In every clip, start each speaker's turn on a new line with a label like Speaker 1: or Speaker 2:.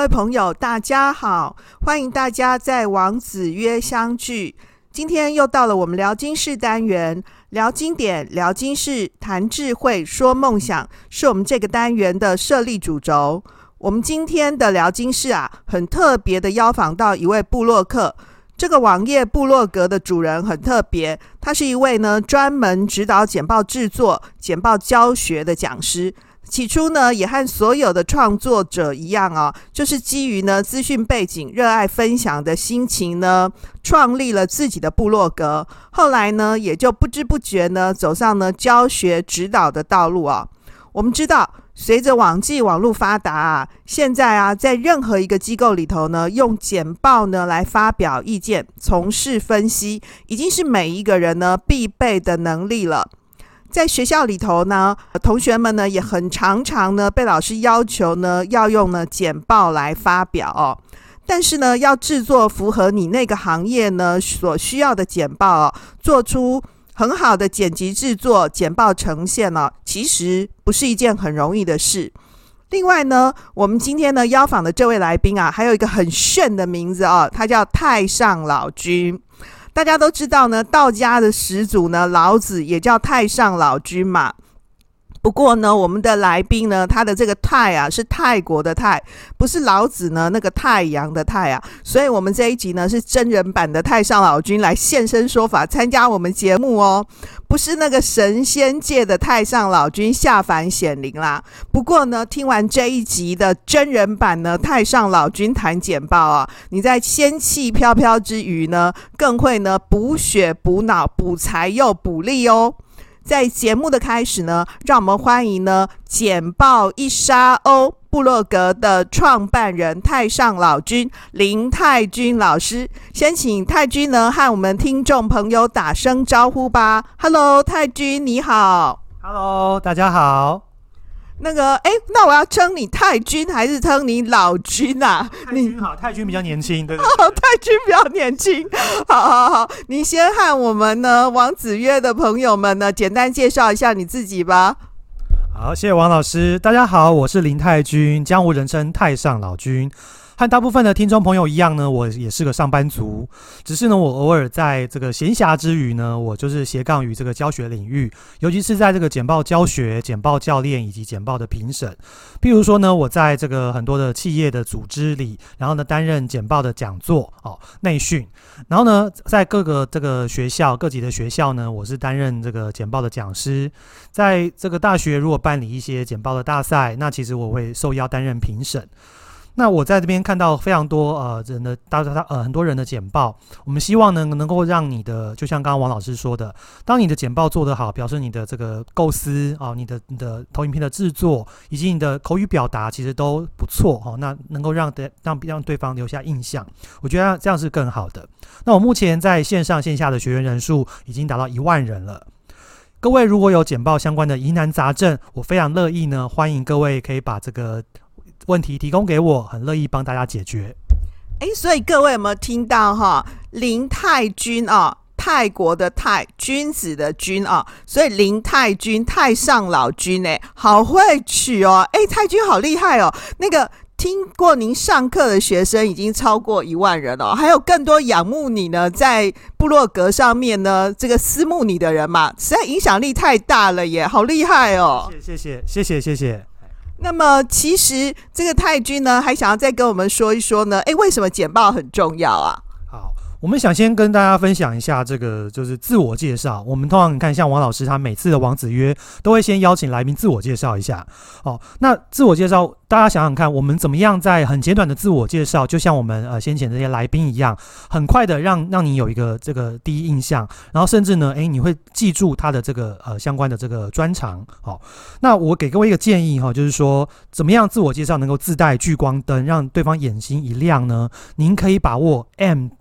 Speaker 1: 位朋友大家好，欢迎大家在王子约相聚。今天又到了我们聊经室单元，聊经典，聊经室，谈智慧，说梦想，是我们这个单元的设立主轴。我们今天的聊经室很特别的邀访到一位部落客。这个网页部落格的主人很特别，他是一位专门指导简报制作、简报教学的讲师。起初也和所有的创作者一样就是基于资讯背景、热爱分享的心情创立了自己的部落格。后来也就不知不觉走上教学指导的道路我们知道，随着网络发达现在在任何一个机构里头用简报来发表意见、从事分析，已经是每一个人必备的能力了。在学校里头同学们也很常被老师要求要用简报来发表但是要制作符合你那个行业所需要的简报做出很好的剪辑制作、简报呈现其实不是一件很容易的事。另外我们今天邀访的这位来宾还有一个很炫的名字他叫太上老君。大家都知道道家的始祖老子也叫太上老君嘛。不过我们的来宾他的这个太是泰国的泰，不是老子那个太阳的太所以我们这一集是真人版的太上老君来现身说法，参加我们节目不是那个神仙界的太上老君下凡显灵啦。不过听完这一集的真人版太上老君谈简报你在仙气飘飘之余更会补血补脑补财又补力在节目的开始让我们欢迎简报一沙鸥部落格的创办人太上老君林泰君老师。先请泰君和我们听众朋友打声招呼吧。 Hello 泰君你好。
Speaker 2: Hello 大家好。
Speaker 1: 那我要称你太君还是称你老君
Speaker 2: 太君好，太君比较年轻，对对
Speaker 1: 对太君比较年轻。好，你先和我们王子约的朋友们简单介绍一下你自己吧。
Speaker 2: 好，谢谢王老师。大家好，我是林泰君，江湖人称太上老君。和大部分的听众朋友一样我也是个上班族，只是我偶尔在这个闲暇之余我就是斜杠于这个教学领域，尤其是在这个简报教学、简报教练以及简报的评审。譬如说我在这个很多的企业的组织里，然后担任简报的讲座内训，然后在各个这个学校、各级的学校我是担任这个简报的讲师。在这个大学如果办理一些简报的大赛，那其实我会受邀担任评审。那我在这边看到非常多人的很多人的简报，我们希望能够让你的，就像刚刚王老师说的，当你的简报做得好，表示你的这个构思你的投影片的制作以及你的口语表达其实都不错那能够让对方留下印象，我觉得这样是更好的。那我目前在线上线下的学员人数已经达到1万人了。各位如果有简报相关的疑难杂症，我非常乐意欢迎各位可以把这个问题提供给我，很乐意帮大家解决。
Speaker 1: 所以各位有没有听到林泰君泰国的泰，君子的君所以林泰君太上老君好会取泰君好厉害那个听过您上课的学生已经超过1万人还有更多仰慕你在部落格上面这个私慕你的人嘛，实在影响力太大了耶，好厉害
Speaker 2: 谢谢。
Speaker 1: 那么其实这个泰君还想要再跟我们说一说为什么简报很重要
Speaker 2: 好，我们想先跟大家分享一下这个就是自我介绍。我们通常你看像王老师他每次的王子约都会先邀请来宾自我介绍一下那自我介绍大家想想看，我们怎么样在很简短的自我介绍，就像我们先前这些来宾一样，很快的让你有一个这个第一印象，然后甚至你会记住他的这个相关的这个专长那我给各位一个建议就是说怎么样自我介绍能够自带聚光灯，让对方眼睛一亮呢？您可以把握 MTV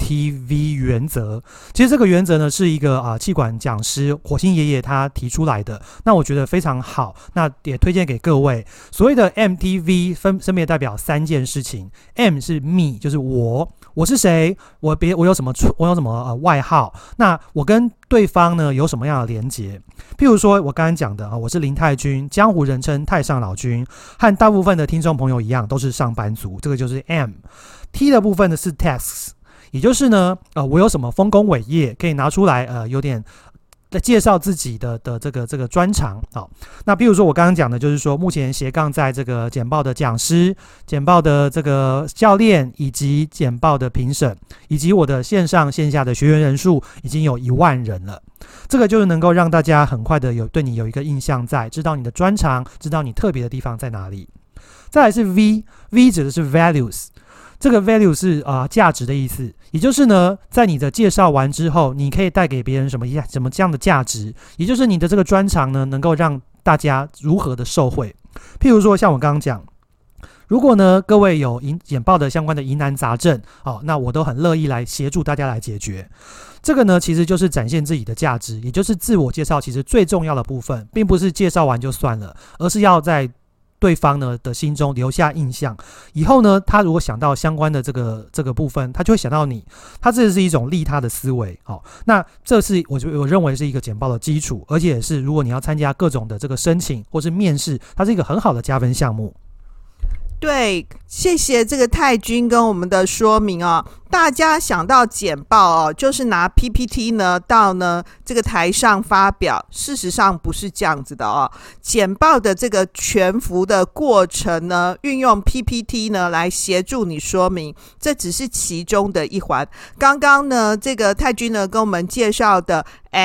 Speaker 2: MTV 原则。其实这个原则呢是一个企管讲师火星爷爷他提出来的，那我觉得非常好，那也推荐给各位。所谓的 MTV 分别代表3件事情。 M 是 me， 就是我是谁，我有什么外号，那我跟对方呢有什么样的连结。譬如说我刚刚讲的我是林太君，江湖人称太上老君，和大部分的听众朋友一样都是上班族，这个就是 M。 T 的部分呢是 tasks， 也就是呢我有什么丰功伟业可以拿出来有点介绍自己的这个专长。那比如说我刚刚讲的就是说，目前斜杠在这个简报的讲师、简报的这个教练，以及简报的评审，以及我的线上线下的学员人数已经有1万人了。这个就是能够让大家很快的对你有一个印象在，知道你的专长，知道你特别的地方在哪里。再来是 V 指的是 values，这个 value 是价值的意思，也就是呢，在你的介绍完之后，你可以带给别人什么这样的价值，也就是你的这个专长呢，能够让大家如何的受惠。譬如说，像我刚刚讲，如果呢各位有简报的相关的疑难杂症那我都很乐意来协助大家来解决。这个呢其实就是展现自己的价值，也就是自我介绍其实最重要的部分，并不是介绍完就算了，而是要在对方呢的心中留下印象。以后呢他如果想到相关的这个部分，他就会想到你，他这是一种利他的思维。那这是我认为是一个简报的基础，而且也是如果你要参加各种的这个申请或是面试，它是一个很好的加分项目。
Speaker 1: 对，谢谢这个太君跟我们的说明大家想到简报就是拿 PPT 呢到呢这个台上发表，事实上不是这样子的简报的这个全幅的过程呢，运用 PPT 呢来协助你说明，这只是其中的一环。刚刚呢这个太君呢跟我们介绍的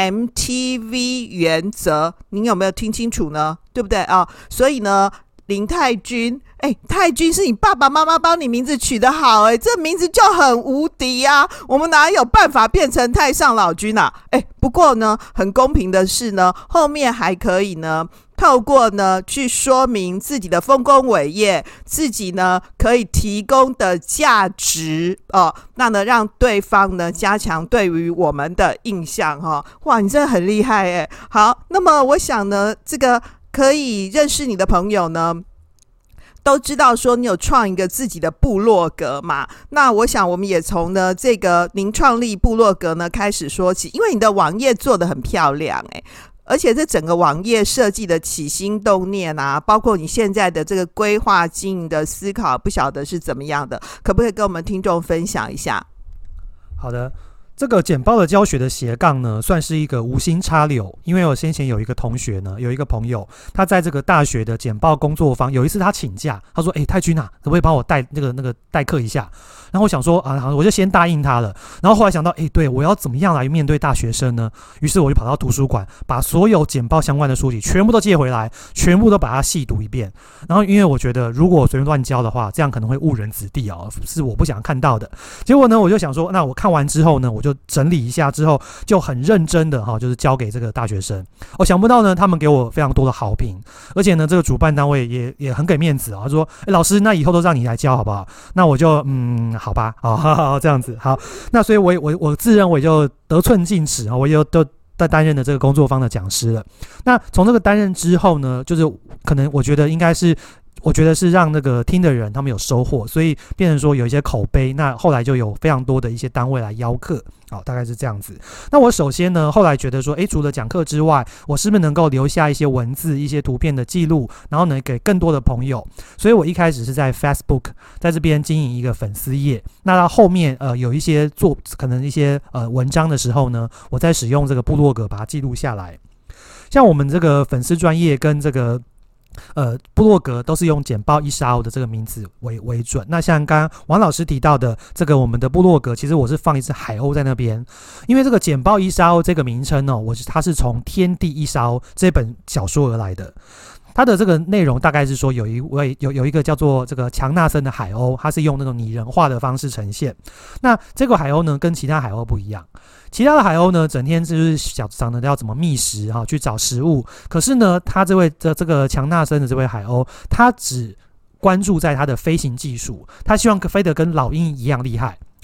Speaker 1: MTV 原则，您有没有听清楚呢？对不对所以呢林太君，太君是你爸爸妈妈帮你名字取得好这名字就很无敌我们哪有办法变成太上老君不过呢很公平的是呢，后面还可以呢透过呢去说明自己的丰功伟业，自己呢可以提供的价值那呢让对方呢加强对于我们的印象哇，你真的很厉害好，那么我想呢这个可以认识你的朋友呢都知道说你有创一个自己的部落格嘛，那我想我们也从呢这个您创立部落格呢开始说起，因为你的网页做得很漂亮而且这整个网页设计的起心动念包括你现在的这个规划经营的思考，不晓得是怎么样的，可不可以跟我们听众分享一下？
Speaker 2: 好的，这个简报的教学的斜杠呢，算是一个无心插柳。因为我先前有一个同学呢，有一个朋友，他在这个大学的简报工作坊，有一次他请假，他说：“太君可不可以帮我代代课一下？”然后我想说我就先答应他了。然后后来想到，对，我要怎么样来面对大学生呢？于是我就跑到图书馆，把所有简报相关的书籍全部都借回来，全部都把它细读一遍。然后因为我觉得，如果我随便乱教的话，这样可能会误人子弟是我不想看到的。结果呢，我就想说，那我看完之后呢，我就整理一下之后，就很认真的就是交给这个大学生。想不到呢，他们给我非常多的好评，而且呢，这个主办单位也很给面子他说：“老师，那以后都让你来教好不好？”那我就好吧，这样子好。那所以我自认为就得寸进尺我也都担任的这个工作坊的讲师了。那从这个担任之后呢，就是可能我觉得应该是。我觉得是让那个听的人他们有收获，所以变成说有一些口碑，那后来就有非常多的一些单位来邀课，大概是这样子。那我首先呢，后来觉得说，除了讲课之外，我是不是能够留下一些文字、一些图片的记录，然后呢给更多的朋友？所以我一开始是在 Facebook 在这边经营一个粉丝页，那到后面有一些可能一些文章的时候呢，我在使用这个部落格把它记录下来。像我们这个粉丝专页跟这个部落格都是用简报135的这个名字为准。那像刚刚王老师提到的这个我们的部落格，其实我是放一只海鸥在那边，因为这个简报135这个名称它是从天地135这本小说而来的。它的这个内容大概是说，有一个叫做这个强纳森的海鸥，它是用那种拟人化的方式呈现。那这个海鸥呢，跟其他海鸥不一样。其他的海鸥呢，整天就是想着要怎么觅食去找食物。可是呢，他这个强纳森的这位海鸥，他只关注在他的飞行技术，他希望飞得跟老鹰一样厉害。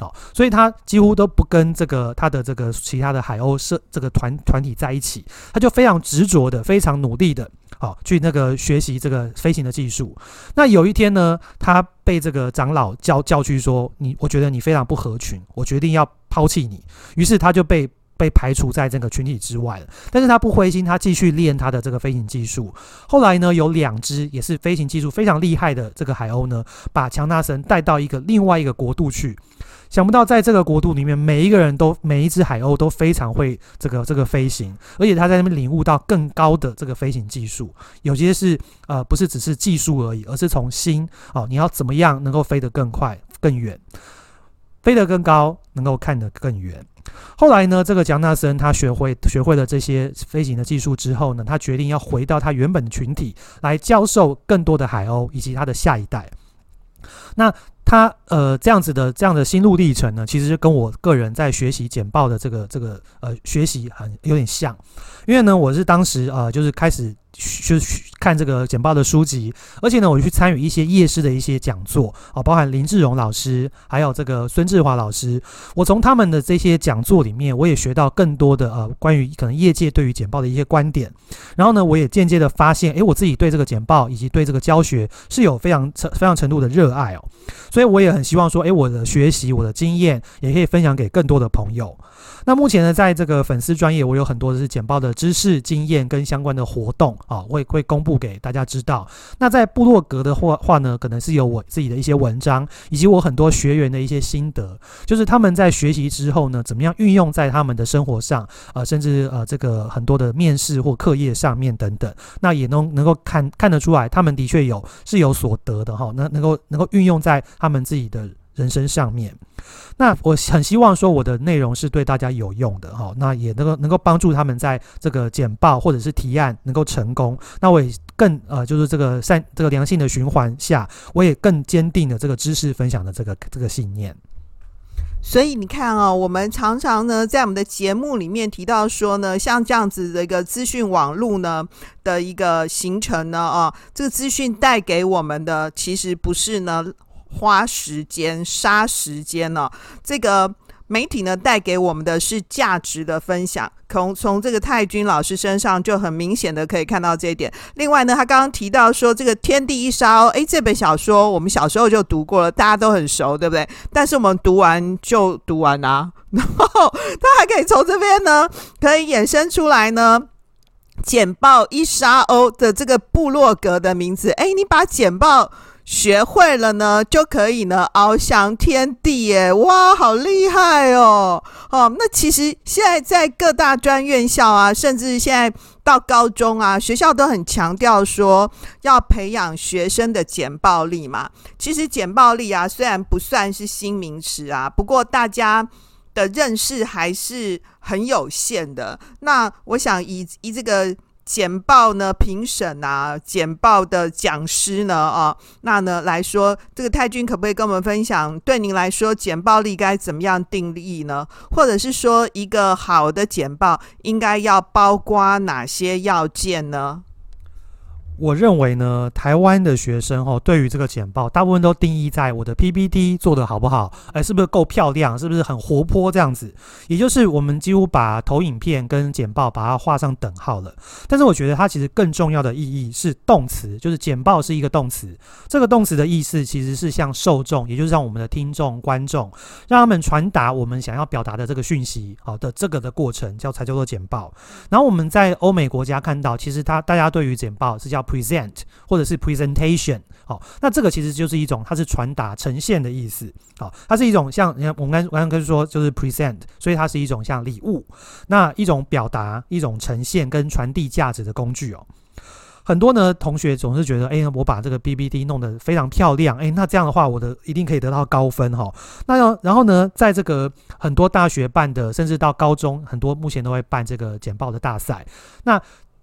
Speaker 2: 所以他几乎都不跟他的其他的海鸥这个团体在一起，他就非常执着的、非常努力的去学习这个飞行的技术。那有一天呢，他被这个长老叫去说，我觉得你非常不合群，我决定要抛弃你。于是他就被排除在这个群体之外了。但是他不灰心，他继续练他的这个飞行技术。后来呢，有2只也是飞行技术非常厉害的这个海鸥呢，把强纳森带到另外一个国度去。想不到在这个国度里面，每一只海鸥都非常会这个飞行，而且他在那边领悟到更高的这个飞行技术。有些是不是只是技术而已，而是从心你要怎么样能够飞得更快、更远，飞得更高，能够看得更远。后来呢，这个强纳森他学会了这些飞行的技术之后呢，他决定要回到他原本的群体来教授更多的海鸥以及他的下一代。那他这样的心路历程呢，其实跟我个人在学习简报的这个学习有点像。因为呢，我是当时就是开始看这个简报的书籍，而且呢，我去参与一些业师的一些讲座包含林志荣老师，还有这个孙志华老师。我从他们的这些讲座里面，我也学到更多的关于可能业界对于简报的一些观点。然后呢，我也间接的发现，我自己对这个简报以及对这个教学是有非常程度的热爱所以我也很希望说，我的学习、我的经验也可以分享给更多的朋友。那目前呢，在这个粉丝专页，我有很多的是简报的知识、经验跟相关的活动会公布给大家知道。那在部落格的话呢，可能是有我自己的一些文章，以及我很多学员的一些心得，就是他们在学习之后呢，怎么样运用在他们的生活上，甚至这个很多的面试或课业上面等等。那也能够看得出来，他们的确是有所得的能够运用在他们自己的人生上面。那我很希望说我的内容是对大家有用的那也能够帮助他们在这个简报或者是提案能够成功。那我也更就是这个良性的循环下，我也更坚定的这个知识分享的这个信念。
Speaker 1: 所以你看我们常常呢在我们的节目里面提到说呢，像这样子的一个资讯网络呢的一个形成呢这个资讯带给我们的其实不是呢花时间杀时间这个媒体呢带给我们的是价值的分享。从这个泰君老师身上就很明显的可以看到这一点。另外呢，他刚刚提到说这个天地一沙这本小说我们小时候就读过了，大家都很熟，对不对？但是我们读完就读完然后他还可以从这边呢可以衍生出来呢简报一沙鸥的这个部落格的名字。你把简报学会了呢，就可以呢翱翔天地耶！哇，好厉害那其实现在在各大专院校甚至现在到高中学校都很强调说要培养学生的简报力嘛。其实简报力虽然不算是新名词不过大家的认识还是很有限的。那我想以这个简报呢评审简报的讲师呢那呢来说，这个泰君可不可以跟我们分享，对您来说简报力该怎么样定义呢？或者是说一个好的简报应该要包括哪些要件呢？
Speaker 2: 我认为呢，台湾的学生对于这个简报大部分都定义在我的 PPT 做得好不好，是不是够漂亮，是不是很活泼这样子。也就是我们几乎把投影片跟简报把它画上等号了。但是我觉得它其实更重要的意义是动词，就是简报是一个动词。这个动词的意思其实是向受众，也就是让我们的听众观众，让他们传达我们想要表达的这个讯息的这个的过程才叫做简报。然后我们在欧美国家看到，其实大家对于简报是叫present 或者是 presentation 那这个其实就是一种它是传达呈现的意思它是一种像我们刚刚说就是 present， 所以它是一种像礼物，那一种表达、一种呈现跟传递价值的工具很多呢同学总是觉得我把这个 PPT 弄得非常漂亮那这样的话我一定可以得到高分那然后呢在这个很多大学办的，甚至到高中很多目前都会办这个简报的大赛，那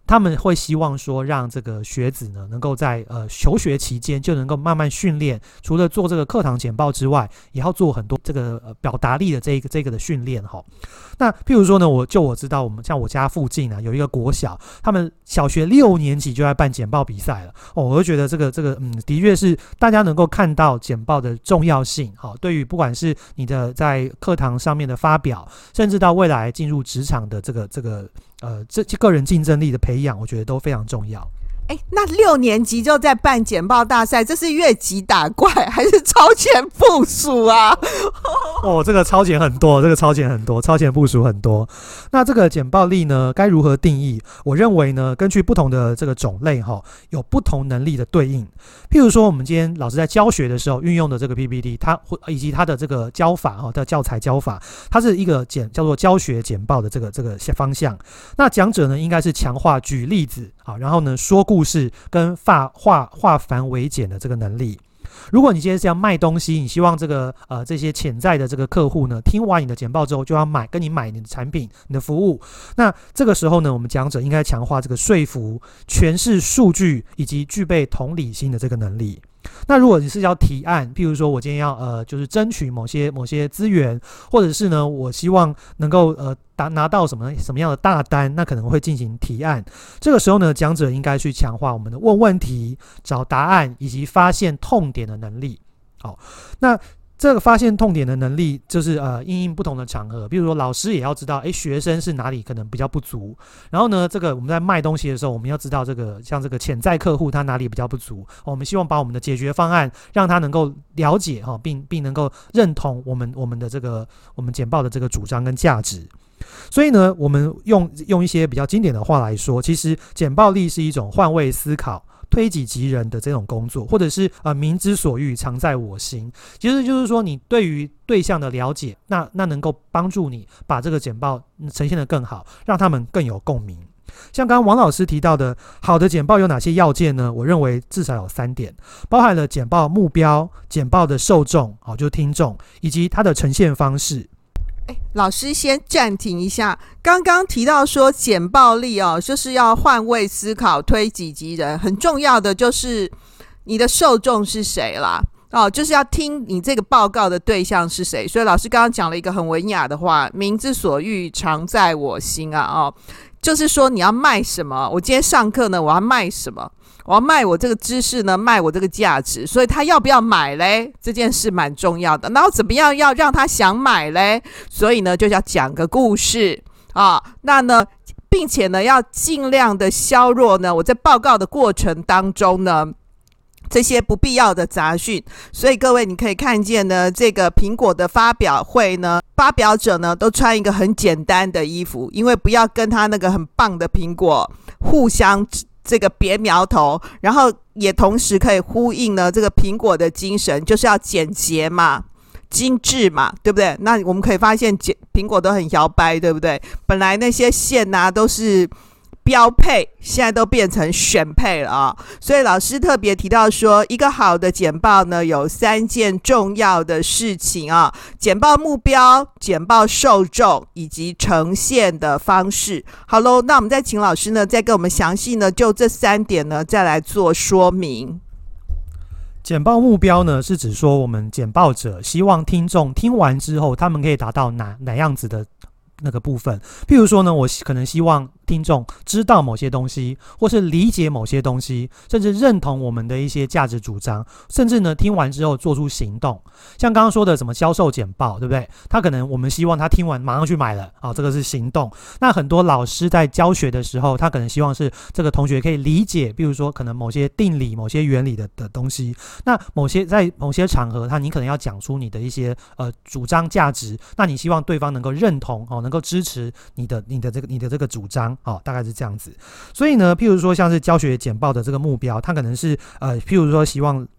Speaker 2: 他们会希望说让这个学子呢能够在求学期间就能够慢慢训练，除了做这个课堂简报之外，也要做很多这个表达力的这个的训练哈。那譬如说呢，我知道像我家附近有一个国小，他们小学6年级就在办简报比赛了我就觉得这个的确是大家能够看到简报的重要性对于不管是你的在课堂上面的发表，甚至到未来进入职场的这个人竞争力的培养，我觉得都非常重要。
Speaker 1: 那6年级就在办简报大赛，这是越级打怪还是超前部署啊？
Speaker 2: 这个超前很多，超前部署很多。那这个简报力呢，该如何定义？我认为呢，根据不同的这个种类有不同能力的对应。譬如说，我们今天老师在教学的时候运用的这个 PPT， 以及它的这个教法的教材教法，它是一个叫做教学简报的这个方向。那讲者呢，应该是强化举例子然后呢说故事跟化繁为简的这个能力。如果你今天是要卖东西，你希望这些潜在的这个客户呢，听完你的简报之后就要跟你买你的产品、你的服务，那这个时候呢，我们讲者应该强化这个说服、诠释数据以及具备同理心的这个能力。那如果你是要提案，譬如说我今天要就是争取某些资源，或者是呢我希望能够拿到什么样的大单，那可能会进行提案。这个时候呢，讲者应该去强化我们的问问题、找答案以及发现痛点的能力。那这个发现痛点的能力，就是因应不同的场合，比如说老师也要知道，学生是哪里可能比较不足。然后呢，这个我们在卖东西的时候，我们要知道像这个潜在客户他哪里比较不足，我们希望把我们的解决方案让他能够了解并能够认同我们的我们简报的这个主张跟价值。所以呢，我们用一些比较经典的话来说，其实简报力是一种换位思考、推己及人的这种工作，或者是民之所欲，常在我心。其实就是说，你对于对象的了解，那能够帮助你把这个简报呈现得更好，让他们更有共鸣。像刚刚王老师提到的，好的简报有哪些要件呢？我认为至少有3点，包含了简报目标、简报的受众就是听众，以及它的呈现方式。
Speaker 1: 老师先暂停一下，刚刚提到说简报力就是要换位思考、推己及人，很重要的就是你的受众是谁啦就是要听你这个报告的对象是谁。所以老师刚刚讲了一个很文雅的话，民之所欲，常在我心就是说你要卖什么。我今天上课呢，我要卖什么？我要卖我这个知识呢，卖我这个价值，所以他要不要买嘞？这件事蛮重要的。然后怎么样要让他想买嘞？所以呢，就要讲个故事那呢，并且呢，要尽量的削弱呢，我在报告的过程当中呢，这些不必要的杂讯。所以各位，你可以看见呢，这个苹果的发表会呢，发表者呢都穿一个很简单的衣服，因为不要跟他那个很棒的苹果互相这个别苗头，然后也同时可以呼应呢这个苹果的精神，就是要简洁嘛、精致嘛，对不对？那我们可以发现苹果都很摇摆，对不对？本来那些线都是标配，现在都变成选配了所以老师特别提到说，一个好的简报呢，有3件重要的事情简报目标、简报受众以及呈现的方式。好咯，那我们再请老师呢，再跟我们详细呢，就这3点呢，再来做说明。
Speaker 2: 简报目标呢，是指说我们简报者希望听众听完之后，他们可以达到哪样子的那个部分。譬如说呢，我可能希望听众知道某些东西，或是理解某些东西，甚至认同我们的一些价值主张，甚至呢听完之后做出行动。像刚刚说的什么销售简报，对不对？他可能我们希望他听完马上去买了这个是行动。那很多老师在教学的时候，他可能希望是这个同学可以理解，比如说可能某些定理、某些原理的东西。那在某些场合，你可能要讲出你的一些主张价值，那你希望对方能够认同能够支持你的这个主张大概是这样子。所以呢，譬如说像是教学简报的这个目标，它可能是譬如说希望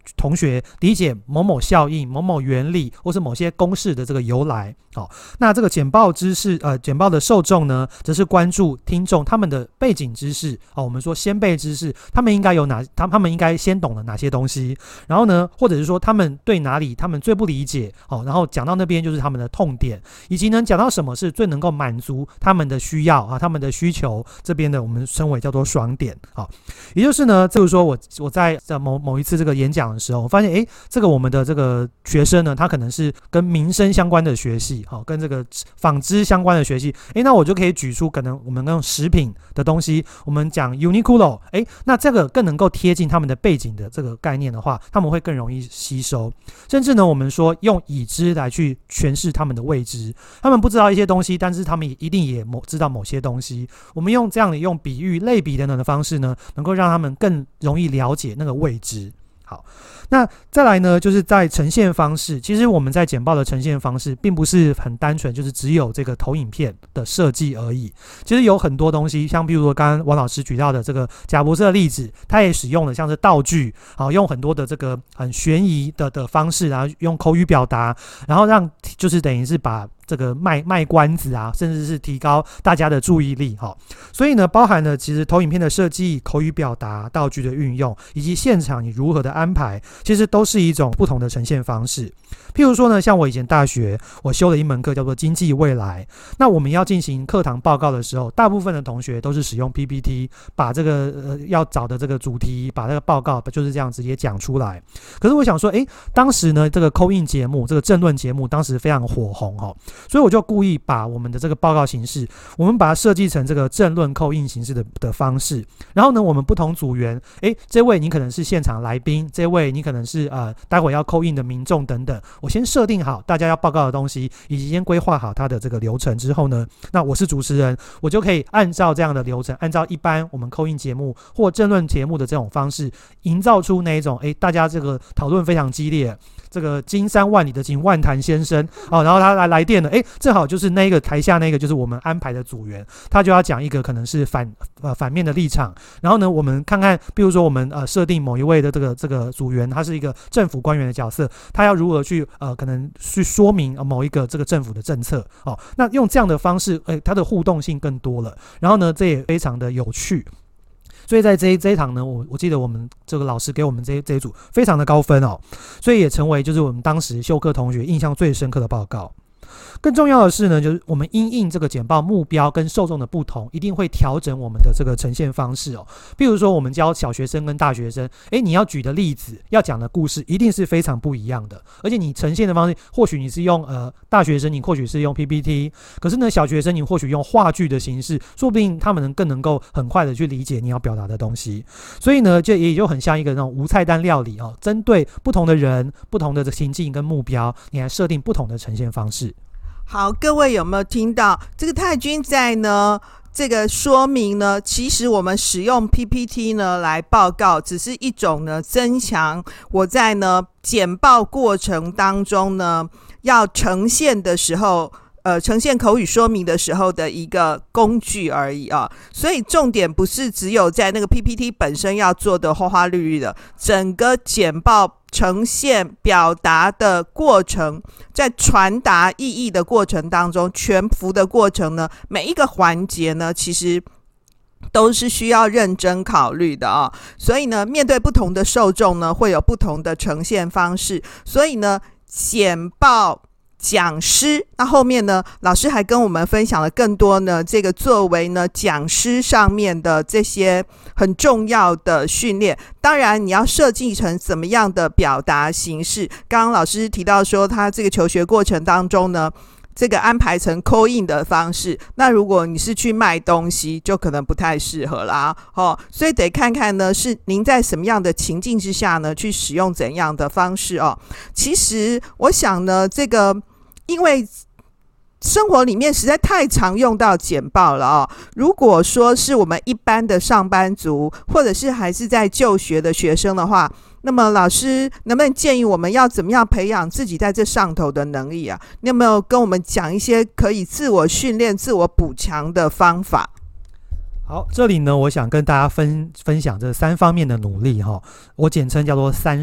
Speaker 2: 同学理解某某效应、某某原理或是某些公式的这个由来。那这个简报知识简报的受众呢，则是关注听众他们的背景知识。我们说先辈知识，他们应该他们应该先懂了哪些东西，然后呢，或者是说他们对哪里他们最不理解，然后讲到那边就是他们的痛点，以及呢讲到什么是最能够满足他们的需要他们的需求，这边的我们称为叫做爽点。也就是呢，就是说我在某一次这个演讲的时候，我发现这个我们的这个学生呢，他可能是跟民生相关的学系，跟这个纺织相关的学系，那我就可以举出可能我们用食品的东西，我们讲 Uniqlo， 那这个更能够贴近他们的背景的这个概念的话，他们会更容易吸收。甚至呢，我们说用已知来去诠释他们的未知，他们不知道一些东西，但是他们一定也知道某些东西。我们用这样的用比喻、类比等等的方式呢，能够让他们更容易了解那个未知。好，那再来呢，就是在呈现方式，其实我们在简报的呈现方式并不是很单纯，就是只有这个投影片的设计而已。其实有很多东西，像比如说刚刚王老师举到的这个贾博士的例子，他也使用了像是道具，用很多的这个很悬疑的方式，然后用口语表达，然后让就是等于是把这个卖关子甚至是提高大家的注意力。所以呢，包含了其实投影片的设计、口语表达、道具的运用，以及现场你如何的安排，其实都是一种不同的呈现方式。譬如说呢，像我以前大学我修了一门课叫做经济未来，那我们要进行课堂报告的时候，大部分的同学都是使用 PPT 把这个要找的这个主题，把这个报告就是这样直接讲出来。可是我想说当时呢这个 call in 节目，这个政论节目当时非常火红所以我就故意把我们的这个报告形式，我们把它设计成这个政论call in形式的方式。然后呢，我们不同组员，这位你可能是现场来宾，这位你可能是待会要call in的民众等等。我先设定好大家要报告的东西，以及先规划好它的这个流程之后呢，那我是主持人，我就可以按照这样的流程，按照一般我们call in节目或政论节目的这种方式，营造出那一种大家这个讨论非常激烈，这个金山万里的金万谭先生然后他来电了，正好就是那个台下那个就是我们安排的组员，他就要讲一个可能是反面的立场。然后呢，我们看看，比如说我们设定某一位的这个组员，他是一个政府官员的角色，他要如何去可能去说明某一个这个政府的政策那用这样的方式，它的互动性更多了。然后呢，这也非常的有趣。所以在这一堂呢，我记得我们这个老师给我们这一组非常的高分所以也成为就是我们当时修课同学印象最深刻的报告。更重要的是呢，就是我们因应这个简报目标跟受众的不同，一定会调整我们的这个呈现方式比如说我们教小学生跟大学生，你要举的例子，要讲的故事一定是非常不一样的。而且你呈现的方式，或许你是用大学生，你或许是用 PPT， 可是呢小学生你或许用话剧的形式，说不定他们更能够很快的去理解你要表达的东西。所以呢，也就很像一个那种无菜单料理针对不同的人、不同的情境跟目标，你来设定不同的呈现方式。
Speaker 1: 好，各位有没有听到这个太君在呢这个说明呢，其实我们使用 PPT 呢来报告，只是一种呢增强我在呢简报过程当中呢要呈现的时候呈现口语说明的时候的一个工具而已所以重点不是只有在那个 PPT 本身要做的花花绿绿的，整个简报呈现表达的过程，在传达意义的过程当中，全幅的过程呢，每一个环节呢，其实都是需要认真考虑的所以呢，面对不同的受众呢，会有不同的呈现方式。所以呢，简报讲师，那后面呢，老师还跟我们分享了更多呢，这个作为呢讲师上面的这些很重要的训练。当然你要设计成怎么样的表达形式，刚刚老师提到说他这个求学过程当中呢，这个安排成 call in 的方式，那如果你是去卖东西就可能不太适合啦所以得看看呢是您在什么样的情境之下呢去使用怎样的方式其实我想呢，这个因为生活里面实在太常用到简报了如果说是我们一般的上班族，或者是还是在就学的学生的话，那么老师能不能建议我们要怎么样培养自己在这上头的能力你有没有跟我们讲一些可以自我训练、自我补强的方法？
Speaker 2: 好，这里呢，我想跟大家分享这3方面的努力我简称叫做3上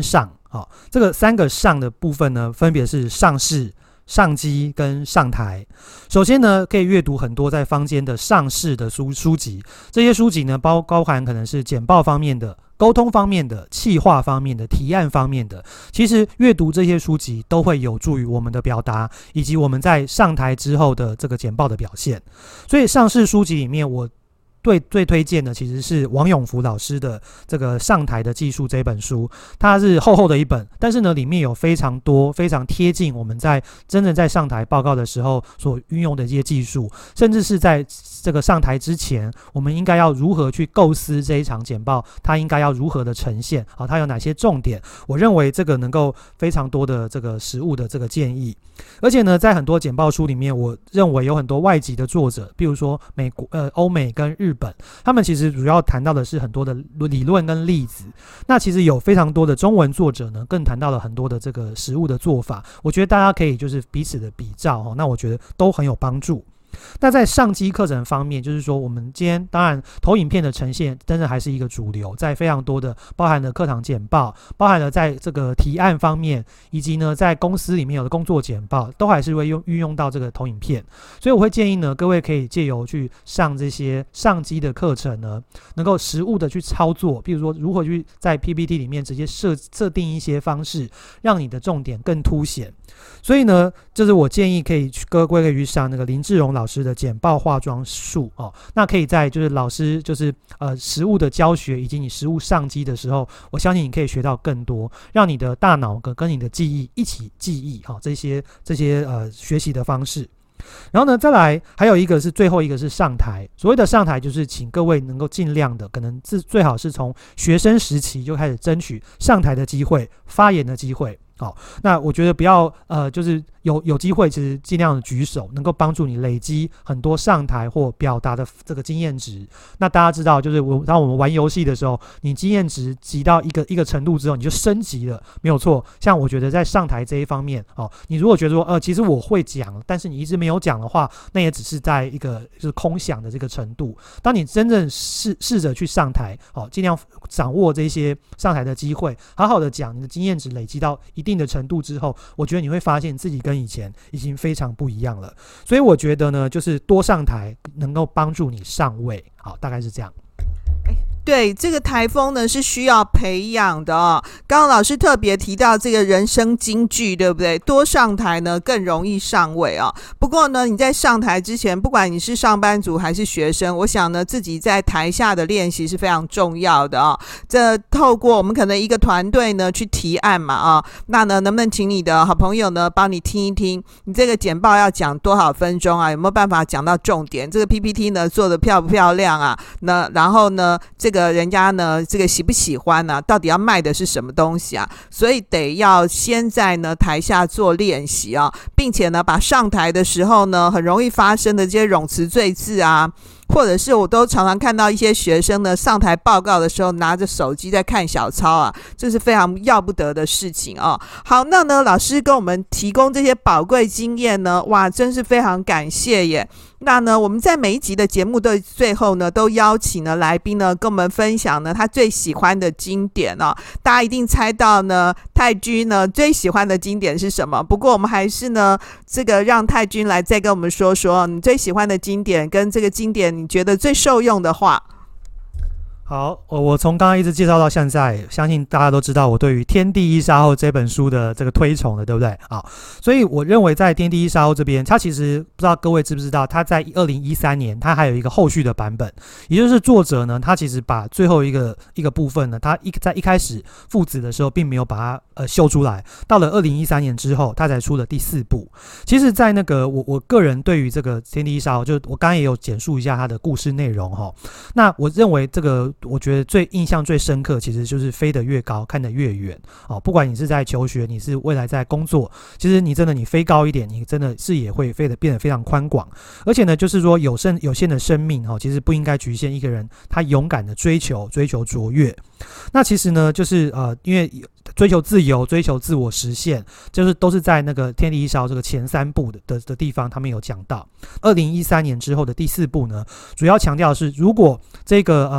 Speaker 2: 好，这个3个上的部分呢，分别是上市、上机跟上台。首先呢，可以阅读很多在坊间的上市的书籍，这些书籍呢包含可能是简报方面的、沟通方面的、企划方面的、提案方面的。其实阅读这些书籍都会有助于我们的表达，以及我们在上台之后的这个简报的表现。所以上市书籍里面，我最推荐的其实是王永福老师的这个上台的技术这本书，它是厚厚的一本，但是呢里面有非常多非常贴近我们在真正在上台报告的时候所运用的一些技术，甚至是在这个上台之前，我们应该要如何去构思这一场简报，它应该要如何的呈现，它有哪些重点，我认为这个能够非常多的这个实务的这个建议。而且呢，在很多简报书里面，我认为有很多外籍的作者，比如说欧美跟日本，他们其实主要谈到的是很多的理论跟例子。那其实有非常多的中文作者呢，更谈到了很多的这个实务的做法。我觉得大家可以就是彼此的比照，那我觉得都很有帮助。那在上机课程方面，就是说我们今天当然投影片的呈现真的还是一个主流，在非常多的包含了课堂简报，包含了在这个提案方面，以及呢在公司里面有的工作简报，都还是会运用到这个投影片。所以我会建议呢，各位可以借由去上这些上机的课程呢，能够实务的去操作，比如说如何去在 PPT 里面直接设定一些方式，让你的重点更凸显。所以呢，就是我建议各位可以去上那个林志荣老师的简报化妆术那可以在就是老师就是实务的教学以及你实务上机的时候，我相信你可以学到更多，让你的大脑跟你的记忆一起记忆这些学习的方式。然后呢，再来还有最后一个是上台。所谓的上台，就是请各位能够尽量的，可能最好是从学生时期就开始争取上台的机会、发言的机会。那我觉得不要就是有机会，其实尽量的举手，能够帮助你累积很多上台或表达的这个经验值。那大家知道，就是当我们玩游戏的时候，你经验值积到一个程度之后，你就升级了，没有错。像我觉得在上台这一方面，你如果觉得说其实我会讲，但是你一直没有讲的话，那也只是在一个就是空想的这个程度。当你真正试着去上台，尽量掌握这些上台的机会，好好的讲，你的经验值累积到一定的程度之后，我觉得你会发现自己跟以前已经非常不一样了。所以我觉得呢，就是多上台能够帮助你上位。好，大概是这样。
Speaker 1: 对，这个台风呢是需要培养的刚刚老师特别提到这个人生金句，对不对？多上台呢更容易上位不过呢，你在上台之前，不管你是上班族还是学生，我想呢自己在台下的练习是非常重要的这透过我们可能一个团队呢去提案嘛那呢能不能请你的好朋友呢帮你听一听，你这个简报要讲多少分钟有没有办法讲到重点？这个 PPT 呢做得漂不漂亮那然后呢这个人家呢这个喜不喜欢到底要卖的是什么东西所以得要先在呢台下做练习并且呢把上台的时候呢很容易发生的这些冗词赘字或者是我都常常看到一些学生呢上台报告的时候拿着手机在看小抄这是非常要不得的事情好，那呢老师跟我们提供这些宝贵经验呢，哇，真是非常感谢耶。那呢我们在每一集的节目的最后呢，都邀请了来宾呢跟我们分享呢他最喜欢的经典大家一定猜到呢泰君呢最喜欢的经典是什么？不过我们还是呢这个让泰君来再跟我们说说你最喜欢的经典跟这个经典你觉得最受用的话。
Speaker 2: 好，我从刚刚一直介绍到现在，相信大家都知道我对于《天地一沙后》这本书的这个推崇的，对不对？所以我认为在《天地一沙后》这边，它其实不知道各位知不知道，它在2013年，它还有一个后续的版本，也就是作者呢，他其实把最后一个部分呢，他在一开始父子的时候，并没有把它秀出来，到了2013年之后，他才出了第4部。其实，在那个我个人对于这个《天地一沙后》，就我刚刚也有简述一下它的故事内容那我认为这个。我觉得最印象最深刻，其实就是飞得越高，看得越远不管你是在求学，你是未来在工作，其实你真的你飞高一点，你真的视野会变得非常宽广。而且呢，就是说有限的生命其实不应该局限一个人，他勇敢的追求卓越。那其实呢，就是因为追求自由、追求自我实现，就是都是在那个《天地一沙后》这个前3部的地方，他们有讲到。2013年之后的第4部呢，主要强调的是，如果这个我们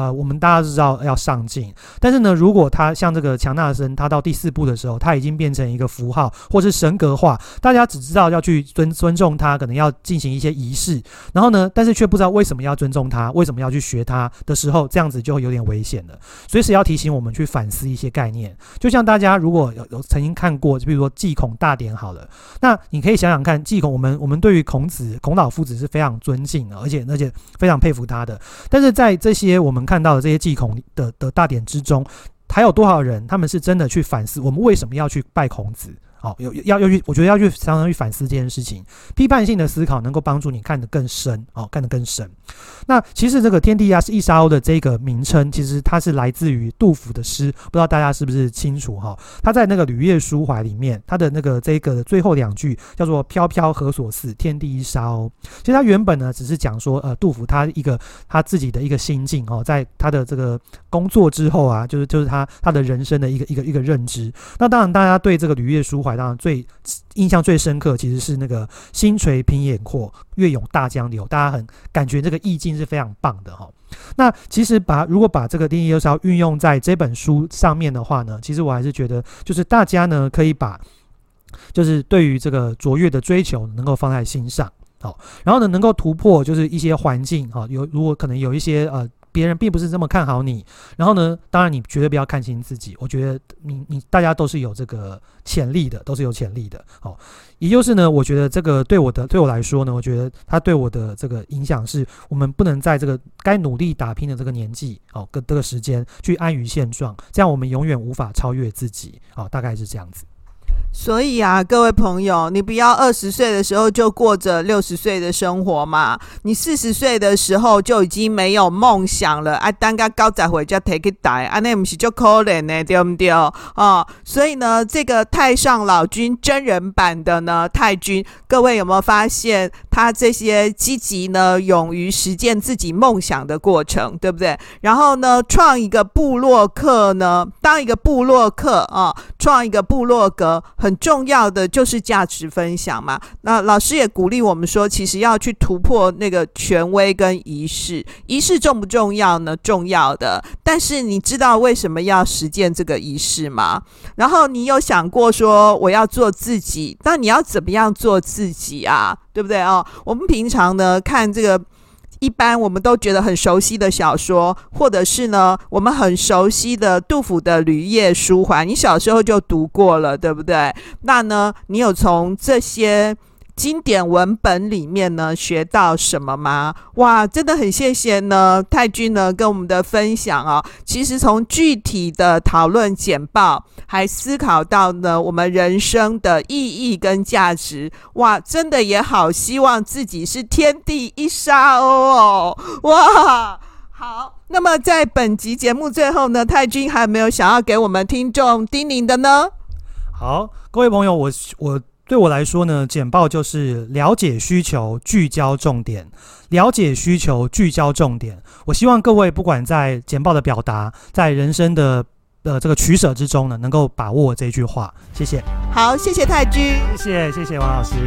Speaker 2: 大家知道要上进。但是呢，如果他像这个强纳森，他到第4部的时候，他已经变成一个符号或是神格化，大家只知道要去尊重他，可能要进行一些仪式，然后呢，但是却不知道为什么要尊重他，为什么要去学他的时候，这样子就有点危险了。随时要提醒我们去反思一些概念。就像大家如果有曾经看过，比如说祭孔大典好了，那你可以想想看，祭孔我们对于孔老夫子是非常尊敬的，而且非常佩服他的。但是在这些我们看到的这些祭孔的大典之中，还有多少人他们是真的去反思我们为什么要去拜孔子？我觉得要去常常去反思这件事情，批判性的思考能够帮助你看得更深，看得更深。那其实这个天地亚是一沙鸥的这个名称，其实它是来自于杜甫的诗，不知道大家是不是清楚哈？他在那个《旅夜书怀》里面，他的那个这个最后2句叫做“飘飘何所似，天地一沙鸥”。其实他原本呢只是讲说，杜甫他自己的一个心境在他的这个工作之后啊，就是他的人生的一个认知。那当然，大家对这个《旅夜书怀》当然印象最深刻，其实是那个“星垂平野阔，月涌大江流”，大家很感觉这个意境是非常棒的哈。那其实如果把这个天地一沙鸥运用在这本书上面的话呢，其实我还是觉得，就是大家呢可以把就是对于这个卓越的追求能够放在心上，然后呢能够突破就是一些环境如果可能有一些别人并不是这么看好你，然后呢当然你绝对不要看清自己，我觉得大家都是有这个潜力的，都是有潜力的。也就是呢我觉得这个对我来说呢，我觉得它对我的这个影响是，我们不能在这个该努力打拼的这个年纪跟这个时间去安于现状，这样我们永远无法超越自己大概是这样子。
Speaker 1: 所以啊，各位朋友，你不要20岁的时候就过着60岁的生活嘛，你40岁的时候就已经没有梦想了啊，等到90岁才提起来，啊，那不是很可怜的，对不对？所以呢，这个太上老君真人版的呢太君，各位有没有发现他这些积极呢，勇于实践自己梦想的过程，对不对？然后呢，创一个部落客呢，当一个部落客创一个部落格，很重要的就是价值分享嘛。那老师也鼓励我们说，其实要去突破那个权威跟仪式。仪式重不重要呢？重要的。但是你知道为什么要实践这个仪式吗？然后你有想过说我要做自己，那你要怎么样做自己啊？对不对我们平常呢看这个一般我们都觉得很熟悉的小说，或者是呢我们很熟悉的杜甫的《旅夜书怀》，你小时候就读过了，对不对？那呢你有从这些经典文本里面呢学到什么吗？哇，真的很谢谢呢太君呢跟我们的分享其实从具体的讨论简报，还思考到呢我们人生的意义跟价值。哇，真的也好希望自己是天地一沙鸥哇，好，那么在本集节目最后呢，太君还有没有想要给我们听众叮咛的呢？
Speaker 2: 好，各位朋友，对我来说呢，简报就是了解需求，聚焦重点。了解需求，聚焦重点。我希望各位不管在简报的表达，在人生的这个取舍之中呢，能够把握这句话。谢谢。
Speaker 1: 好，谢谢太君，
Speaker 2: 谢谢王老师。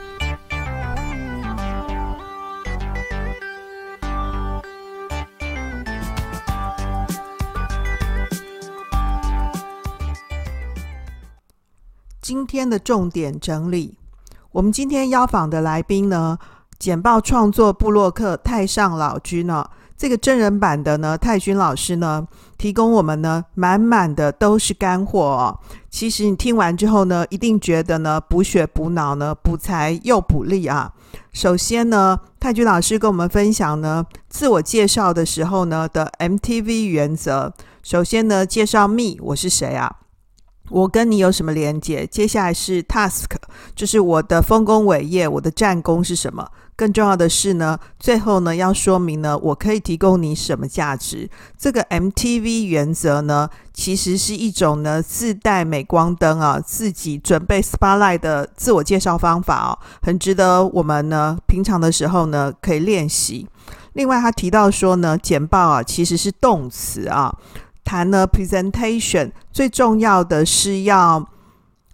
Speaker 1: 今天的重点整理，我们今天邀访的来宾呢，简报创作部落客太上老君这个真人版的呢太君老师呢，提供我们呢满满的都是干货其实你听完之后呢，一定觉得呢补血补脑呢，补财又补力首先呢，太君老师跟我们分享呢自我介绍的时候呢的 MTV 原则。首先呢，介绍 me， 我是谁我跟你有什么连结？接下来是 task， 就是我的丰功伟业，我的战功是什么？更重要的是呢，最后呢要说明呢，我可以提供你什么价值。这个 MTV 原则呢，其实是一种呢自带镁光灯自己准备 spotlight 的自我介绍方法很值得我们呢平常的时候呢可以练习。另外他提到说呢，简报其实是动词谈呢 presentation， 最重要的是要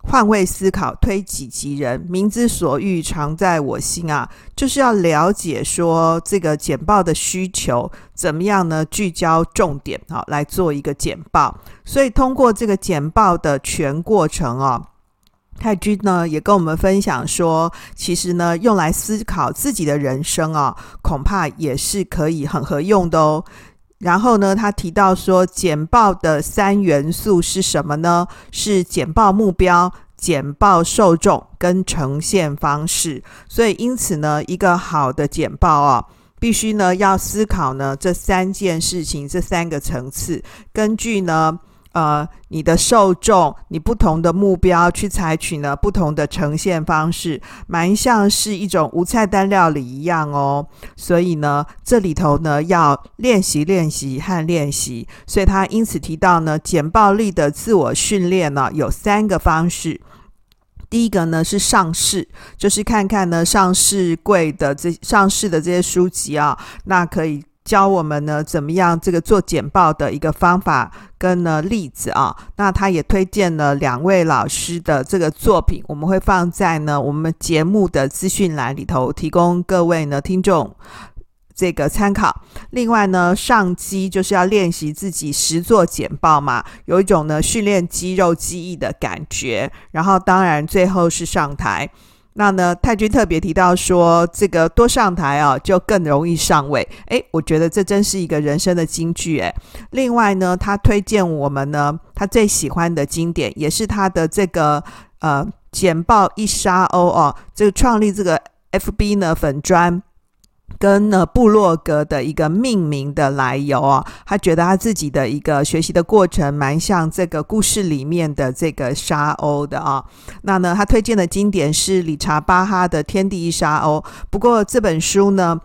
Speaker 1: 换位思考，推己及人，民之所欲，常在我心啊，就是要了解说这个简报的需求怎么样呢？聚焦重点来做一个简报。所以通过这个简报的全过程太君呢也跟我们分享说，其实呢用来思考自己的人生恐怕也是可以很合用的哦。然后呢他提到说，简报的3元素是什么呢？是简报目标、简报受众跟呈现方式。所以因此呢，一个好的简报必须呢要思考呢这3件事情，这3个层次，根据呢你的受众，你不同的目标去采取呢不同的呈现方式，蛮像是一种无菜单料理一样哦。所以呢这里头呢要练习和练习。所以他因此提到呢，简报力的自我训练呢有3个方式。第一个呢是上市，就是看看呢上市的这些书籍那可以教我们呢怎么样这个做简报的一个方法跟呢例子那他也推荐了2位老师的这个作品，我们会放在呢我们节目的资讯栏里头，提供各位呢听众这个参考。另外呢，上机就是要练习自己实作简报嘛，有一种呢训练肌肉记忆的感觉。然后当然最后是上台。那呢太君特别提到说，这个多上台就更容易上位。我觉得这真是一个人生的金句。另外呢，他推荐我们呢他最喜欢的经典，也是他的这个简报一杀欧这个创立这个 FB 呢粉专跟部落格的一个命名的来由他觉得他自己的一个学习的过程蛮像这个故事里面的这个沙鸥的那呢他推荐的经典是理查巴哈的《天地一沙鸥》。不过这本书呢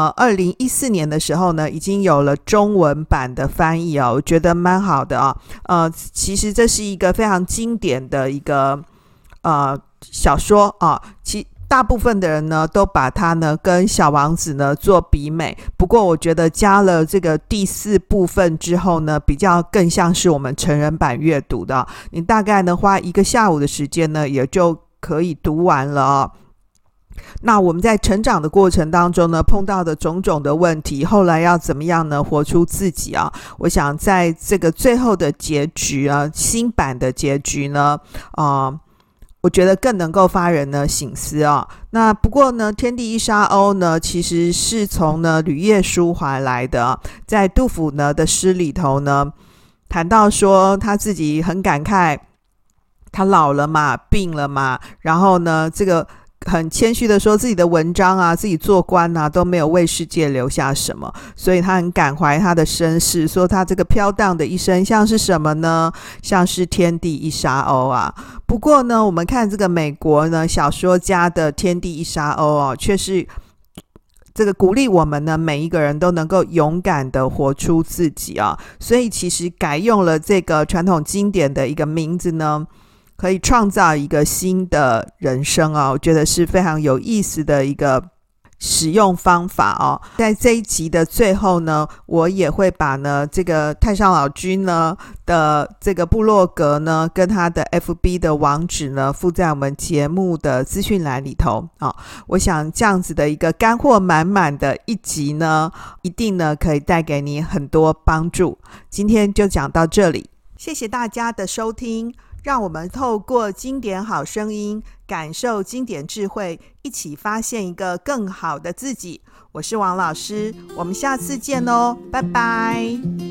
Speaker 1: 2014年的时候呢已经有了中文版的翻译我觉得蛮好的其实这是一个非常经典的一个小说大部分的人呢都把它呢跟小王子呢做比美，不过我觉得加了这个第4部分之后呢，比较更像是我们成人版阅读的你大概呢花1个下午的时间呢也就可以读完了那我们在成长的过程当中呢碰到的种种的问题，后来要怎么样呢活出自己我想在这个最后的结局新版的结局呢我觉得更能够发人呢省思那不过呢，天地一沙鸥呢，其实是从呢吕叶书怀来的在杜甫呢的诗里头呢，谈到说他自己很感慨，他老了嘛，病了嘛，然后呢，这个很谦虚的说自己的文章自己做官都没有为世界留下什么，所以他很感怀他的身世，说他这个飘荡的一生像是什么呢？像是天地一沙鸥不过呢，我们看这个美国呢小说家的天地一沙鸥却是这个鼓励我们呢每一个人都能够勇敢的活出自己所以其实改用了这个传统经典的一个名字呢，可以创造一个新的人生我觉得是非常有意思的一个使用方法在这一集的最后呢，我也会把呢这个太上老君呢的这个部落格呢跟他的 FB 的网址呢附在我们节目的资讯栏里头我想这样子的一个干货满满的一集呢，一定呢可以带给你很多帮助。今天就讲到这里，谢谢大家的收听，让我们透过经典好声音，感受经典智慧，一起发现一个更好的自己。我是王老师，我们下次见拜拜。